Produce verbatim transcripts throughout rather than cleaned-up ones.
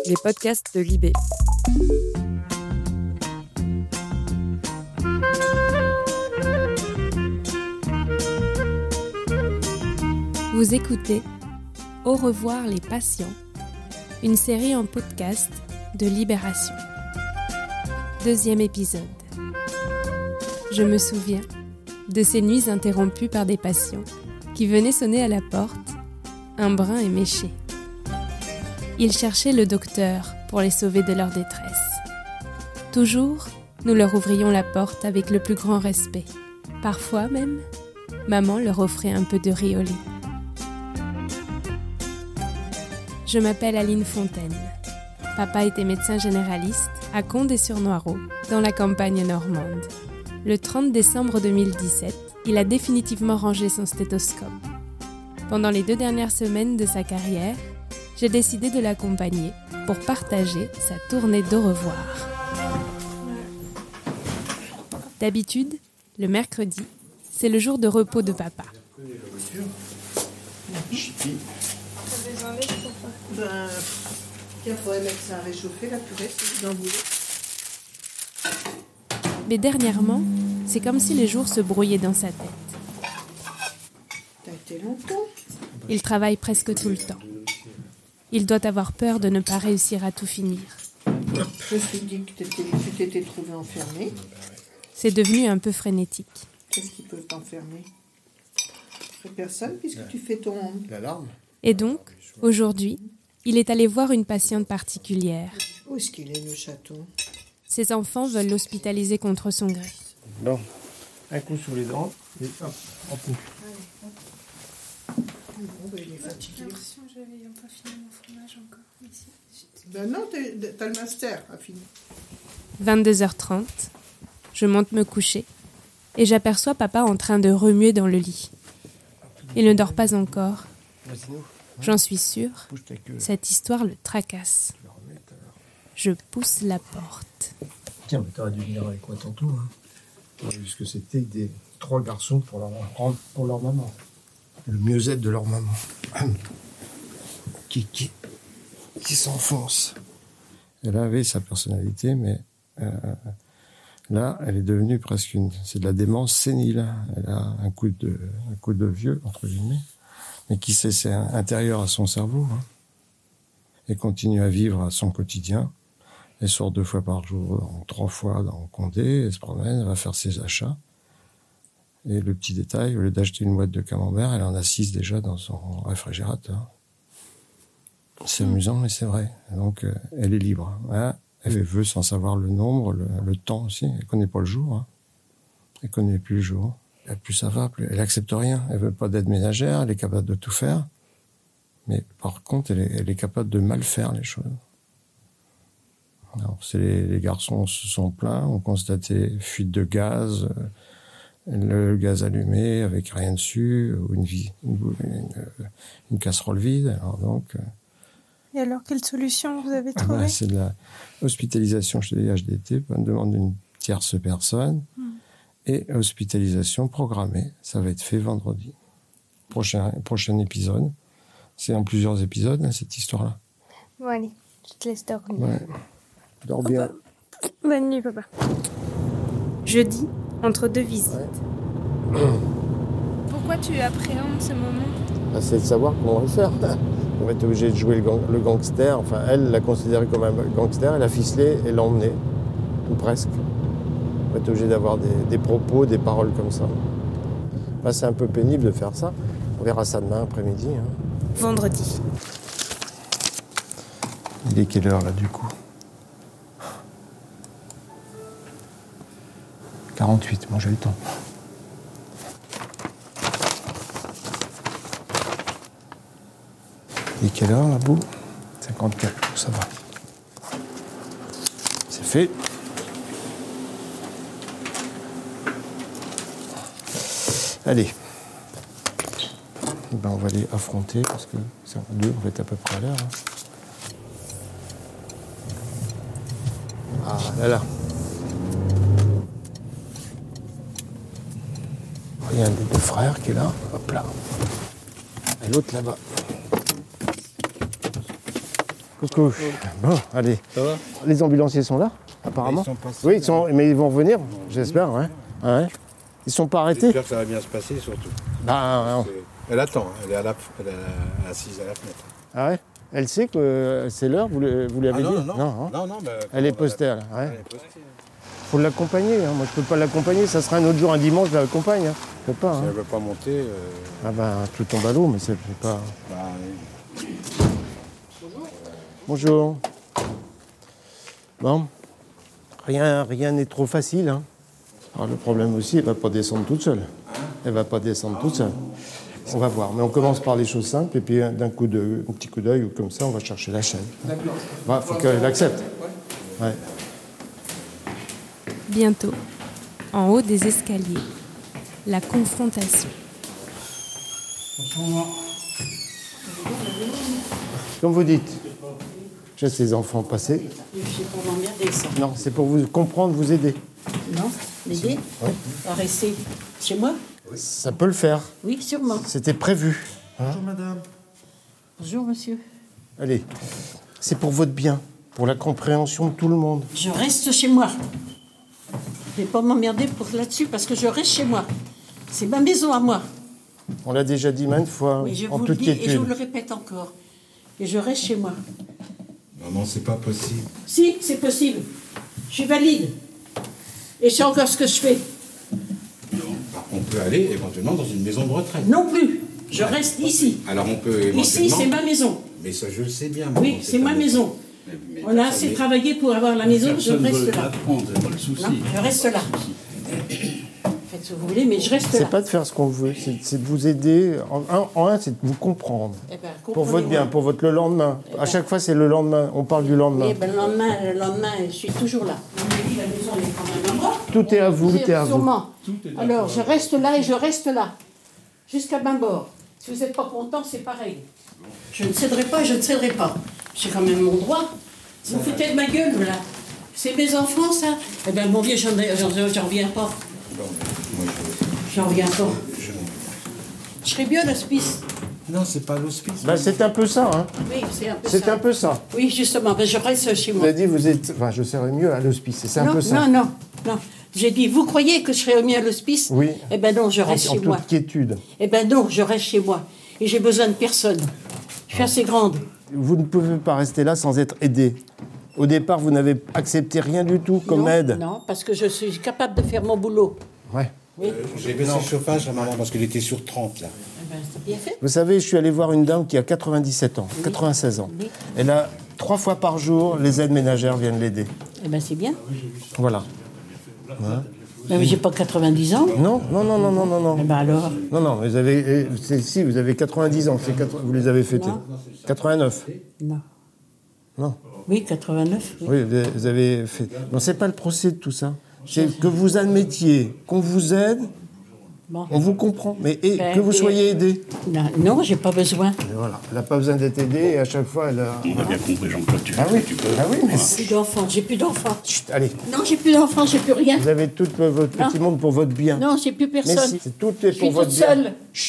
les podcasts de Libé. Vous écoutez Au revoir les patients, une série en podcast de Libération. Deuxième épisode. Je me souviens de ces nuits interrompues par des patients qui venaient sonner à la porte, un brun éméché. Ils cherchaient le docteur pour les sauver de leur détresse. Toujours, nous leur ouvrions la porte avec le plus grand respect. Parfois même, maman leur offrait un peu de riolet. Je m'appelle Aline Fontaine. Papa était médecin généraliste à Condé-sur-Noireau, dans la campagne normande. Le trente décembre deux mille dix-sept, il a définitivement rangé son stéthoscope. Pendant les deux dernières semaines de sa carrière, j'ai décidé de l'accompagner pour partager sa tournée d'au revoir. D'habitude, le mercredi, c'est le jour de repos de papa. Ben, il faudrait mettre ça à réchauffer, la purée, c'est d'un boulet. Mais dernièrement, c'est comme si les jours se brouillaient dans sa tête. T'as été longtemps. Il travaille presque tout le temps. Il doit avoir peur de ne pas réussir à tout finir. Je me suis dit que t'étais, tu t'étais trouvé enfermé. C'est devenu un peu frénétique. Qu'est-ce qui peut t'enfermer ? Personne, puisque tu fais ton... L'alarme. Et donc, aujourd'hui, il est allé voir une patiente particulière. Où est-ce qu'il est, le chaton ? Ses enfants veulent l'hospitaliser contre son gré. Non. Un coup sous les dents et hop, en pouce. Bon, ben, il est fatigué. J'ai l'impression que j'avais pas fini mon fromage encore. Ici. Ben non, t'as, t'as le master à finir. vingt-deux heures trente, je monte me coucher et j'aperçois papa en train de remuer dans le lit. Il ne dort pas encore. J'en suis sûre, cette histoire le tracasse. Je pousse la porte. Tiens, mais t'aurais dû venir avec moi tantôt. Hein. T'aurais vu ce que c'était que des trois garçons pour leur, pour leur maman. Le mieux-être de leur maman. qui, qui, qui s'enfonce. Elle avait sa personnalité, mais euh, là, elle est devenue presque une... C'est de la démence sénile. Elle a un coup de, un coup de vieux, entre guillemets, mais qui sait, c'est intérieur à son cerveau. Hein. Elle continue à vivre à son quotidien. Elle sort deux fois par jour, trois fois dans Condé, elle se promène, elle va faire ses achats. Et le petit détail, au lieu d'acheter une boîte de camembert, elle en a six déjà dans son réfrigérateur. C'est mmh. amusant, mais c'est vrai. Donc, euh, elle est libre. Hein. Elle veut sans savoir le nombre, le, le temps aussi. Elle connaît pas le jour. Hein. Elle connaît plus le jour. Et plus ça va, plus elle accepte rien. Elle veut pas d'aide ménagère, elle est capable de tout faire. Mais par contre, elle est, elle est capable de mal faire les choses. Alors, c'est les, les garçons se sont plaints, ont constaté fuite de gaz, euh, le gaz allumé avec rien dessus, ou une, vie, une, une, une casserole vide. Alors donc, euh, et alors, quelle solution vous avez trouvée ? ah ben, c'est de la hospitalisation chez les H D T, on demande d'une tierce personne, hmm. et hospitalisation programmée. Ça va être fait vendredi. Prochain, prochain épisode. C'est en plusieurs épisodes, hein, cette histoire-là. Bon, allez, je te laisse dormir. Ouais. Dors bien. Bonne nuit, papa. Jeudi, entre deux visites. Ouais. Pourquoi tu appréhendes ce moment ? Bah, c'est de savoir comment le faire. On va être obligé de jouer le, gang, le gangster. Enfin, elle l'a considéré comme un gangster. Elle a ficelé et l'a emmené. Ou presque. On va être obligé d'avoir des, des propos, des paroles comme ça. Bah, c'est un peu pénible de faire ça. On verra ça demain après-midi. Hein. Vendredi. Il est quelle heure là du coup ? quarante-huit, bon j'ai le temps. Il est quelle heure là, bout ? cinquante-quatre, ça va. C'est fait. Allez. Ben, on va les affronter parce que c'est en deux, on va être à peu près à l'heure. Hein. Ah là là. Il y a un des deux frères qui est là. Hop là. Et l'autre là-bas. Coucou. Bon, allez. Ça va? Les ambulanciers sont là, apparemment. Ils sont passés, oui, ils sont, mais ils vont revenir, j'espère. Ouais. Ouais. Ils sont pas arrêtés. J'espère que ça va bien se passer, surtout. Bah, non. Elle attend, hein. Elle est à la, elle est assise à la fenêtre. Ah ouais. Elle sait que euh, c'est l'heure, vous, le, vous lui avez Ah non, dit? non, non. non, hein. non, non bah, Elle est postée, là. Ouais. Elle est postée. Faut l'accompagner. Hein. Moi, je peux pas l'accompagner. Ça sera un autre jour, un dimanche, je l'accompagne. Hein. Je peux pas. Si Hein. elle ne veut pas monter. Euh... Ah bah, tout tombe à l'eau, mais c'est pas. Bah, oui. Bonjour. Bon. Rien, rien n'est trop facile. Hein. Alors, le problème aussi, elle va pas descendre toute seule. Elle va pas descendre toute seule. On va voir. Mais on commence par les choses simples, et puis d'un coup de, un petit coup d'œil ou comme ça, on va chercher la chaîne. D'accord. Bah, faut qu'elle accepte. Ouais. Bientôt, en haut des escaliers, la confrontation. Comme vous dites, j'ai ces enfants passés. C'est pour m'emmerder, ça. Non, c'est pour vous comprendre, vous aider. Non? L'aider? Oui. À rester chez moi? Ça peut le faire. Oui, sûrement. C'était prévu. Hein? Bonjour, madame. Bonjour, monsieur. Allez, c'est pour votre bien, pour la compréhension de tout le monde. Je reste chez moi. Je ne vais pas m'emmerder pour là-dessus parce que je reste chez moi. C'est ma maison à moi. On l'a déjà dit maintes fois, Mais je en vous le toute dis et je quiétude. vous le répète encore. Et je reste chez moi. Non, non, c'est pas possible. Si, c'est possible. Je suis valide. Et c'est encore ce que je fais. On peut aller éventuellement dans une maison de retraite. Non plus. Je reste ici. Alors on peut Ici, éventuellement... c'est ma maison. Mais ça, je le sais bien. Oui, maman, c'est pas ma le- maison. Mais- mais On a personne assez n'est- travaillé pour avoir la maison, je Personne ne reste veut là. la prendre, c'est pas le souci. Non, je reste là. Faites ce que vous voulez, mais je reste là. C'est pas de faire ce qu'on veut, c'est c'est de vous aider. En un, en un, c'est de vous comprendre. Eh ben, Pour votre bien, comprenez-moi. pour votre le lendemain. Eh À ben. chaque fois, c'est le lendemain. On parle du lendemain. Eh ben, le lendemain, le lendemain, je suis toujours là. La maison, elle est quand même à moi. Tout est à vous, tout est à vous. Sûrement. Alors, je reste là et je reste là. Jusqu'à bain bord. Si vous n'êtes pas content, c'est pareil. Je ne céderai pas et je ne céderai pas. J'ai quand même mon droit. Vous vous foutez de ma gueule, là. C'est mes enfants, ça. Eh bien, mon vieux, j'en j'en- j'en reviens pas. Bon, moi, je- J'en reviens pas. je- Je serais bien à l'hospice. Non, c'est pas l'hospice. Bah, c'est un peu ça, hein. Oui, c'est un peu C'est ça. un peu ça. Oui, justement, ben, je reste chez Vous moi. avez dit, vous êtes. Enfin, je serais mieux à l'hospice. C'est un non, peu ça. non, non, non. J'ai dit, vous croyez que je serais mieux à l'hospice? Oui. Eh ben non, je En, reste en chez toute moi. quiétude. Eh ben non, je reste chez moi. Et j'ai besoin de personne. Je suis assez grande. Vous ne pouvez pas rester là sans être aidé. Au départ, vous n'avez accepté rien du tout comme non, aide. Non, parce que je suis capable de faire mon boulot. Ouais. Oui. J'ai baissé le chauffage à maman parce qu'il était sur trente, là. Eh ben, c'est bien fait. Vous savez, je suis allé voir une dame qui a quatre-vingt-dix-sept ans, quatre-vingt-seize ans. Oui. Elle a trois fois par jour, les aides ménagères viennent l'aider. Eh ben c'est bien. Voilà. Mais j'ai pas quatre-vingt-dix ans. Non, non, non, non, non, non, non. Eh ben alors. Non, non, vous avez, eh, c'est- si, vous avez quatre-vingt-dix ans, c'est quatre- vous les avez fêtés. Non. quatre-vingt-neuf. Non. Non. Oui, quatre-vingt-neuf. Oui. Oui, vous avez- vous avez fait. Non, c'est pas le procès de tout ça. C'est que vous admettiez qu'on vous aide, Bon. on vous comprend, mais et, Ben, que vous et- soyez aidé. Non, non, j'ai pas besoin. Et voilà, elle n'a pas besoin d'être aidée et à chaque fois, elle a. On a bien compris, Jean-Claude, tu, Ah oui, tu peux. ah oui, mais Plus d'enfants, j'ai plus d'enfants. chut, allez, Non, j'ai plus d'enfants, j'ai plus rien. vous avez tout votre petit monde pour votre bien. Non, j'ai plus mais personne. si, c'est tout est Je suis pour votre toute bien. seule.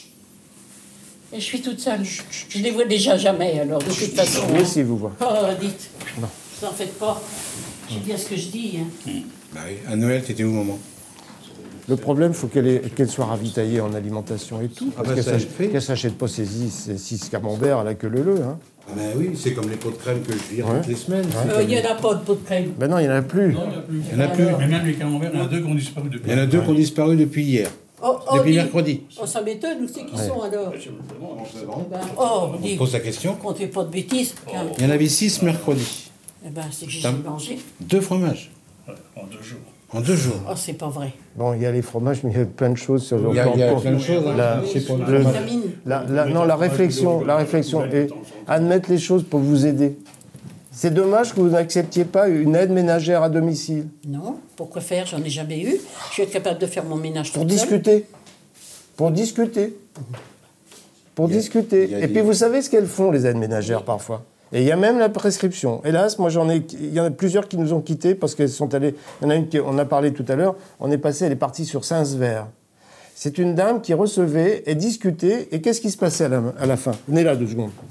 Et je suis toute seule. Je les vois déjà jamais, alors, de toute façon. Oui, hein. si vous voyez. Oh, dites. Non. Vous en faites pas. Je sais bien ce que je dis. Hein. Bah oui. À Noël, t'étais où, maman? Le problème, il faut qu'elle ait- qu'elle soit ravitaillée en alimentation et tout. Parce bah, qu'elle ça, s'ach- je fais. qu'elle s'achète pas ses six, six camemberts à la queue leu-leu. Hein. Ah ben oui, c'est comme les pots de crème que je vire Ouais. toutes les semaines. C'est Euh, comme- Il n'y en a pas de pot de crème. Ben non, il n'y en a plus. Il y en a plus. Mais même les camemberts, il y en a deux qui ont disparu depuis. Il y en a deux qui ont disparu depuis hier. Oh, oh, Depuis dis- mercredi. Oh, ça m'étonne, où c'est qu'ils sont alors? On Ben, oh, dis, pose la question. comptez pas de bêtises. Tiens. Il y en avait six mercredi. Eh ben, c'est que j'ai Putain. mangé. Deux fromages. Ouais, en deux jours. En deux jours. Oh, c'est pas vrai. Bon, il y a les fromages, mais il y a plein de choses sur le Il y a, il y a plan- plein de choses. hein. La- C'est pour le- Vitamine. la- la- non, la réflexion, la réflexion est admettre les choses pour vous aider. C'est dommage que vous n'acceptiez pas une aide ménagère à domicile. Non, pourquoi faire? J'en ai jamais eu. Je suis capable de faire mon ménage Pour toute seule. discuter. Pour discuter. Pour Il y a- discuter. il y a Et des- puis vous savez ce qu'elles font, les aides ménagères, parfois. Et il y a même la prescription. Hélas, moi j'en ai, il y en a plusieurs qui nous ont quittés parce qu'elles sont allées. Il y en a une qui, on a parlé tout à l'heure. On est passé, elle est partie sur Saint-Sever. C'est une dame qui recevait et discutait. Et qu'est-ce qui se passait à la, à la fin? Venez là deux secondes.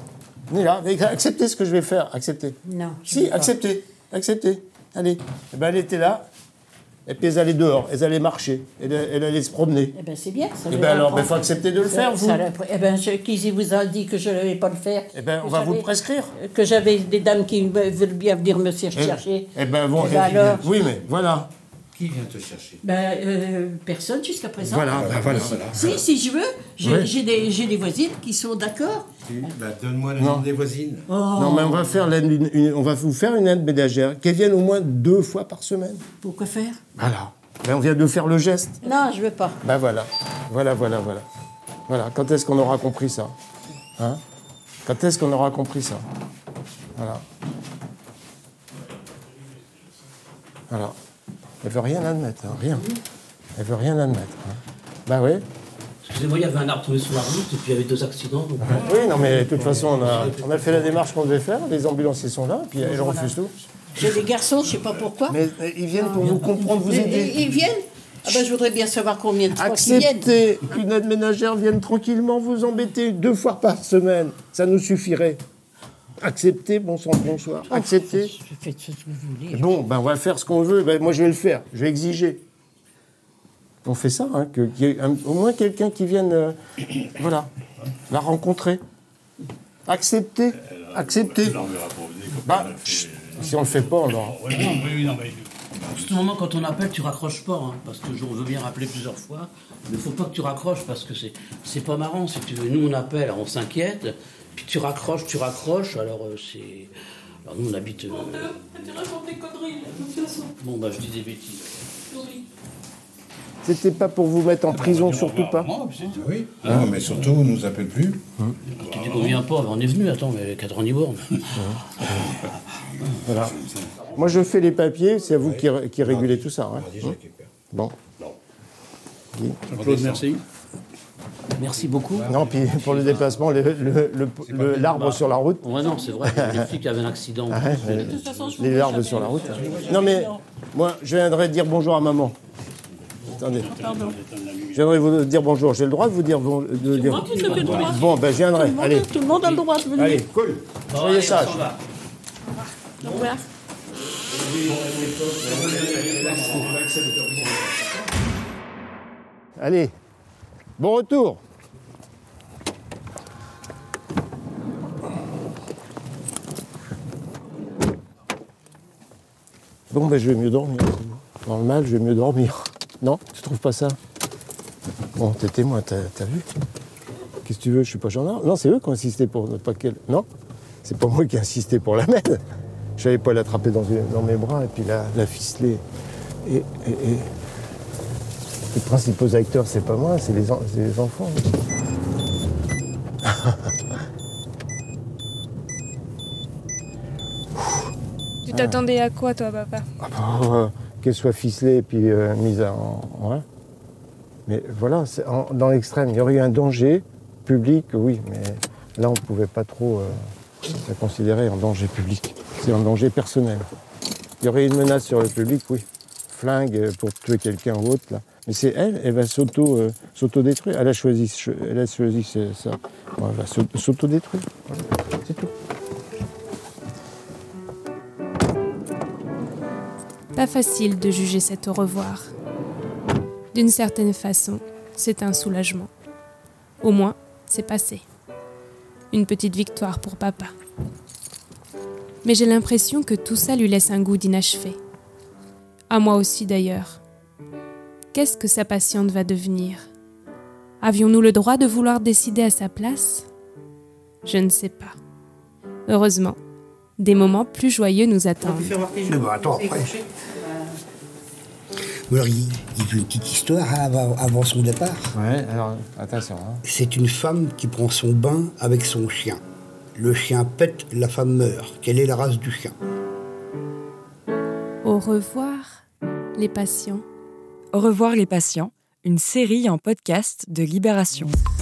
Venez là, acceptez ce que je vais faire, acceptez. Non. je Si, veux pas. acceptez, acceptez. Allez. Eh ben, elle était là, et puis elle allait dehors, elle allait marcher, elle, elle allait se promener. Eh ben c'est bien. Ça Eh lui ben alors, il apprend. faut accepter de le faire, vous. Ça l'apprend. Eh ben, je- qui vous a dit que je ne devais pas le faire? Eh ben, on Que va vous le j'avais- prescrire. Que j'avais des dames qui me- veulent bien venir me chercher. Eh ben, bon, Eh ben alors oui, mais voilà. Qui vient te chercher? Ben, euh, personne jusqu'à présent. Voilà, ben voilà. Si, si je veux, j'ai Ouais. j'ai des, j'ai des voisines qui sont d'accord. Bah, donne-moi le nom des voisines. Oh. Non, mais on va, faire l'aide- une- une- on va vous faire une aide ménagère, qu'elle vienne au moins deux fois par semaine. Pourquoi faire? Voilà. Ben, on vient de faire le geste. Non, je veux pas. Ben voilà. Voilà, voilà, voilà. Voilà. Quand est-ce qu'on aura compris ça? Hein? Quand est-ce qu'on aura compris ça? Voilà. Voilà. Elle veut rien admettre, hein, rien. Elle veut rien admettre. Hein. Ben oui. Excusez-moi, il y avait un arbre tombé sur la route et puis il y avait deux accidents. Donc... Oui, non, mais de toute façon, on a, on a fait la démarche qu'on devait faire. Les ambulanciers sont là, et puis elles refusent tout. J'ai des garçons, je sais pas pourquoi. Mais euh, ils viennent pour vous comprendre, vous Et- aider. et- Ils viennent? Ah ben, je voudrais bien savoir combien de fois qu'ils viennent. Acceptez qu'une aide ménagère vienne tranquillement vous embêter deux fois par semaine. Ça nous suffirait. Acceptez, bon sang, bonsoir. Acceptez. Je fais ce que vous voulez. Bon, ben on va faire ce qu'on veut. Ben, moi, je vais le faire. Je vais exiger. On fait ça, hein, que, qu'il y ait un- au moins quelqu'un qui vienne, euh, voilà, la rencontrer. Acceptez. Acceptez. Non, mais rapport au nez, comme Bah, on a fait, chut, si on le fait pas, on l'aura. euh, ouais, non, oui, oui, non, mais... À tout moment, quand on appelle, tu raccroches pas, hein, parce que on veut bien rappeler plusieurs fois, mais il faut pas que tu raccroches, parce que c'est c'est pas marrant, si tu veux. Nous, on appelle, on s'inquiète, puis tu raccroches, tu raccroches, alors euh, c'est... Alors nous, on habite... euh, Bon, bah, je dis des bêtises. C'était pas pour vous mettre en prison, surtout pas. Non, puis c'est tout. Oui. Non, mais surtout, on nous appelle plus. Tu dis qu'on vient pas, mais on est venu, attends, mais quatre ans d'y borne. Voilà. Moi, je fais les papiers, c'est à vous qui, ré- qui régulez tout ça. Hein. On a déjà récupéré. Bon. Claude, merci. Merci beaucoup. Non, puis pour le déplacement, le- le- le- le- l'arbre sur la route. Ouais, non, c'est vrai, les flics avaient un accident. Ah ouais, mais les arbres sur la route. Non, mais moi, je viendrai dire bonjour à maman. Attendez. Je viendrai vous dire bonjour. J'ai le droit de vous dire bonjour. Dire... Bon, ben, je viendrai. Allez. Tout le monde a le droit de venir. Allez, cool. Soyez sages. Au revoir. Allez. Bon retour. Bon, ben, je vais mieux dormir. Dans le mal, je vais mieux dormir. Non, tu trouves pas ça? Bon, t'es témoin, t'as, t'as vu? Qu'est-ce que tu veux? Je suis pas gendarme. Non, c'est eux qui ont insisté pour ne pas qu'elle... Non, c'est pas moi qui ai insisté pour la mettre. Je savais pas l'attraper dans, dans mes bras et puis la, la ficeler. Et, et, et... les principaux acteurs, c'est pas moi, c'est les, en- c'est les enfants. Tu t'attendais à quoi, toi, papa? Ah bah, euh, qu'elle soit ficelée et puis euh, mise en... Ouais. Mais voilà, c'est en- dans l'extrême, il y aurait eu un danger public, oui, mais là, on ne pouvait pas trop euh, la considérer en danger public. C'est un danger personnel. Il y aurait une menace sur le public, oui. Flingue euh, pour tuer quelqu'un ou autre, là. Mais c'est elle, elle va s'auto, euh, s'auto-détruire. Elle a choisi, ce- elle a choisi ce- ça. Bon, elle va s'auto- s'auto-détruire. Voilà, c'est tout. Pas facile de juger cet au revoir. D'une certaine façon, c'est un soulagement. Au moins, c'est passé. Une petite victoire pour papa. Mais j'ai l'impression que tout ça lui laisse un goût d'inachevé. À moi aussi d'ailleurs. Qu'est-ce que sa patiente va devenir? Avions-nous le droit de vouloir décider à sa place? Je ne sais pas. Heureusement, des moments plus joyeux nous attendent. Mais bon, attends, après. Ou alors, il, il fait une petite histoire hein, avant, avant son départ. Ouais, alors, attention. Hein. C'est une femme qui prend son bain avec son chien. Le chien pète, la femme meurt. Quelle est la race du chien? Au revoir, les patients. Au revoir les patients, une série en podcast de Libération.